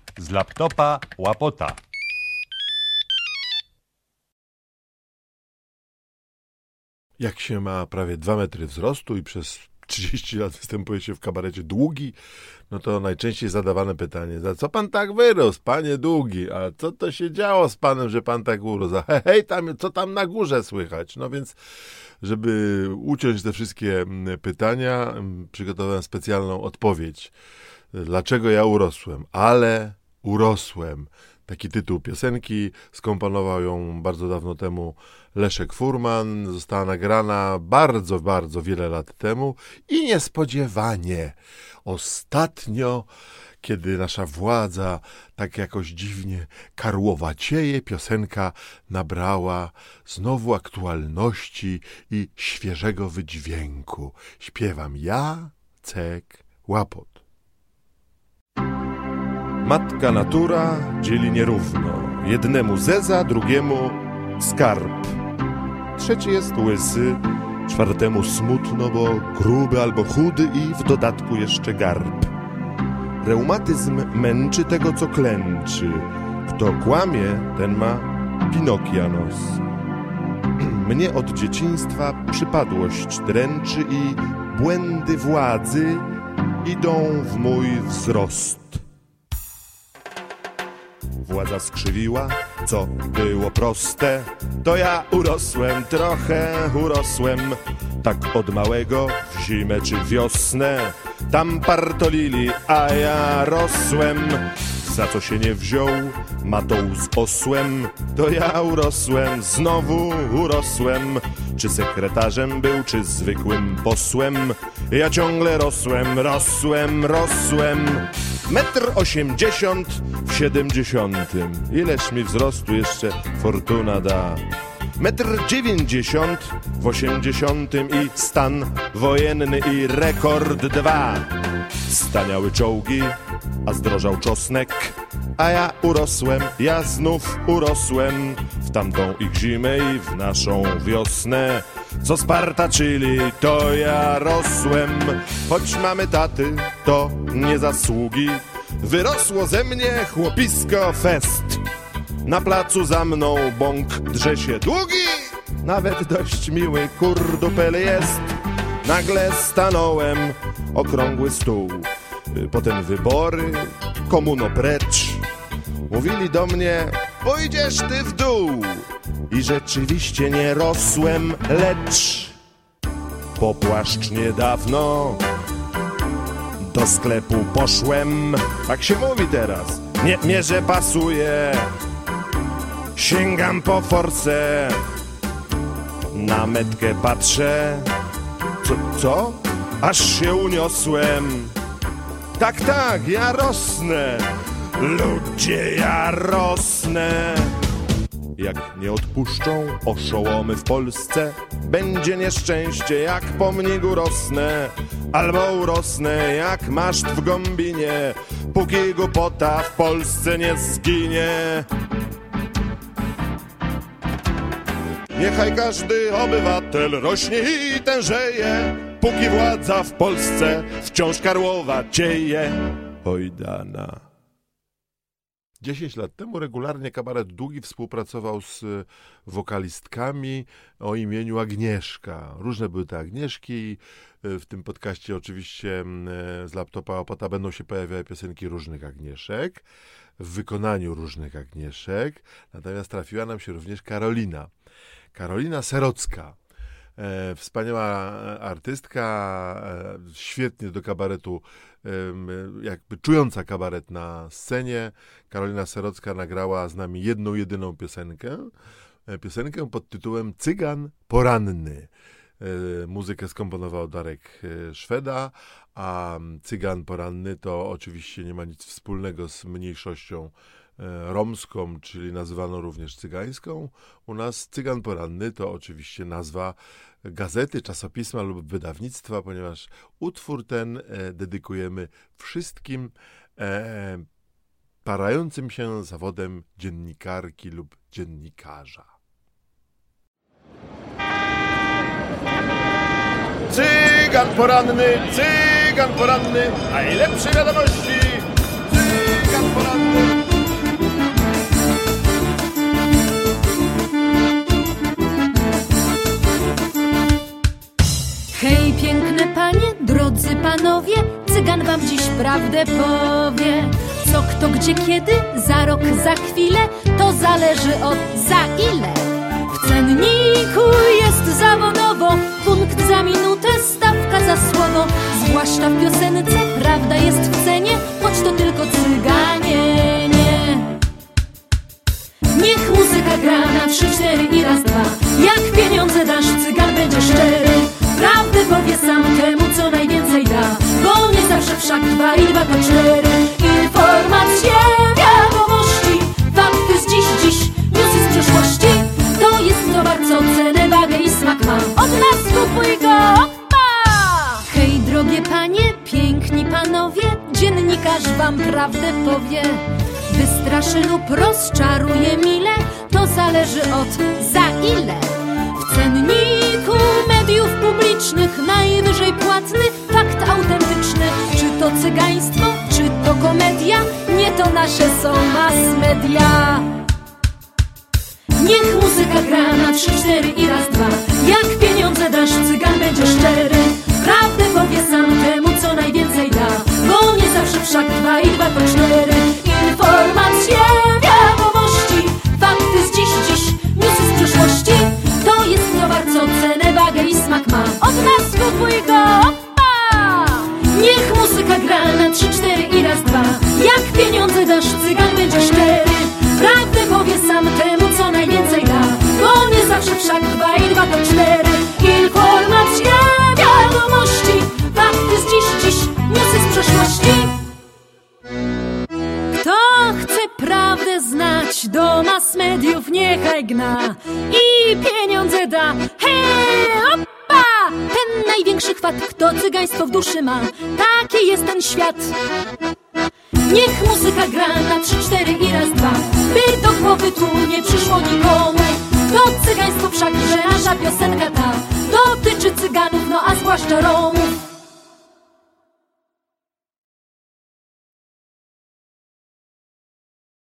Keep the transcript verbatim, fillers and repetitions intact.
Z laptopa łapota. Jak się ma prawie dwa metry wzrostu i przez trzydzieści lat występuje się w kabarecie Długi, no to najczęściej zadawane pytanie: za co pan tak wyrósł, panie Długi? A co to się działo z panem, że pan tak urósł? A hej, hej, tam, co tam na górze słychać? No więc, żeby uciąć te wszystkie pytania, przygotowałem specjalną odpowiedź. Dlaczego ja urosłem? Ale urosłem. Taki tytuł piosenki, skomponował ją bardzo dawno temu Leszek Furman, została nagrana bardzo, bardzo wiele lat temu i niespodziewanie ostatnio, kiedy nasza władza tak jakoś dziwnie karłowacieje, piosenka nabrała znowu aktualności i świeżego wydźwięku. Śpiewam Jacek Łapot. Matka natura dzieli nierówno. Jednemu zeza, drugiemu skarb. Trzeci jest łysy, czwartemu smutno, bo gruby albo chudy i w dodatku jeszcze garb. Reumatyzm męczy tego, co klęczy. Kto kłamie, ten ma Pinokia nos. Mnie od dzieciństwa przypadłość dręczy i błędy władzy idą w mój wzrost. Władza skrzywiła, co było proste, to ja urosłem, trochę urosłem. Tak od małego w zimę czy wiosnę tam partolili, a ja rosłem. Za co się nie wziął matą z osłem, to ja urosłem, znowu urosłem. Czy sekretarzem był, czy zwykłym posłem, ja ciągle rosłem, rosłem, rosłem. Metr osiemdziesiąt w siedemdziesiątym. Ileż mi wzrostu jeszcze fortuna da. Metr dziewięćdziesiąt w osiemdziesiątym i stan wojenny i rekord dwa. Staniały czołgi, a zdrożał czosnek, a ja urosłem, ja znów urosłem. W tamtą ich zimę i w naszą wiosnę, co spartaczyli, to ja rosłem. Choć mamy taty, to nie zasługi, wyrosło ze mnie chłopisko fest. Na placu za mną bąk drze się długi, nawet dość miły kurdupel jest. Nagle stanąłem, okrągły stół, potem wybory, komuno precz. Mówili do mnie: pójdziesz ty w dół. I rzeczywiście nie rosłem, lecz po płaszcz niedawno do sklepu poszłem. Tak się mówi teraz, nie mierzę, pasuje. Sięgam po forsę, na metkę patrzę. Co? co? Aż się uniosłem. Tak, tak, ja rosnę. Ludzie, ja rosnę. Jak nie odpuszczą oszołomy w Polsce, będzie nieszczęście, jak pomnik urosnę. Albo urosnę jak maszt w Gombinie, póki głupota w Polsce nie zginie. Niechaj każdy obywatel rośnie i tężeje, póki władza w Polsce wciąż karłowacieje. Ojdana. Dziesięć lat temu regularnie kabaret Długi współpracował z wokalistkami o imieniu Agnieszka. Różne były te Agnieszki. W tym podcaście oczywiście z laptopa Łapota będą się pojawiały piosenki różnych Agnieszek, w wykonaniu różnych Agnieszek. Natomiast trafiła nam się również Karolina. Karolina Serocka. E, wspaniała artystka, e, świetnie do kabaretu, e, jakby czująca kabaret na scenie. Karolina Serocka nagrała z nami jedną, jedyną piosenkę. E, piosenkę pod tytułem Cygan Poranny. E, muzykę skomponował Darek Szweda, a Cygan Poranny to oczywiście nie ma nic wspólnego z mniejszością romską, czyli nazywaną również cygańską. U nas Cygan Poranny to oczywiście nazwa gazety, czasopisma lub wydawnictwa, ponieważ utwór ten e, dedykujemy wszystkim e, parającym się zawodem dziennikarki lub dziennikarza. Cygan poranny, cygan poranny, najlepsze wiadomości. Cygan poranny. prawdę powie. Co, kto, gdzie, kiedy, za rok, za chwilę, to zależy od za ile. W cenniku jest zawodowo, punkt za minutę, stawka za słowo. Zwłaszcza w piosence prawda jest w cenie, choć to tylko cyganie, nie. Niech muzyka gra na trzy, cztery i raz, dwa. Jak pieniądze dasz, cygan będzie szczery. Prawdę powie sam temu, co najwięcej da, bo nie zawsze wszak dwa i dwa to cztery. Informacje, wiadomości, fakty z dziś, dziś, newsy z przeszłości. To jest towar, co cenę, wagę i smak ma. Od nas kupuj go, opa! Hej, drogie panie, piękni panowie, dziennikarz wam prawdę powie. Wystraszy lub rozczaruje mile, to zależy od za ile. W cenniku mediów publicznych najwyżej płatny fakt autentyczny. Czy to cygaństwo, czy to komedia? Nie, to nasze są mass media. Niech muzyka gra na trzy, cztery i raz, dwa. Jak pieniądze dasz, cygan będzie szczery. Prawdę powie sam temu, co najwięcej da, bo nie zawsze wszak dwa i dwa to cztery. Informacje, wiadomości, fakty z dziś, dziś, newsy z przeszłości. To jest towar, co cenę, wagę i smak ma. Od nas kupuj go, opa! Niech muzyka gra na trzy, cztery i raz, dwa. Jak pieniądze dasz, cygan będzie szczery. Prawdę powie sam temu, co najwięcej da, bo nie zawsze wszak dwa i dwa to cztery. Informacje, wiadomości, fakty z dziś, dziś, newsy z przeszłości. Kto chce prawdę znać, do mass mediów niechaj gna i pieniądze da. Hej, opa! Ten największy chwat, kto cygaństwo w duszy ma, taki jest ten świat. Niech muzyka gra na trzy, cztery i raz, dwa, by do głowy tu nie przyszło nikomu. To cygaństwo wszak, że nasza piosenka ta dotyczy cyganów, no a zwłaszcza Romów.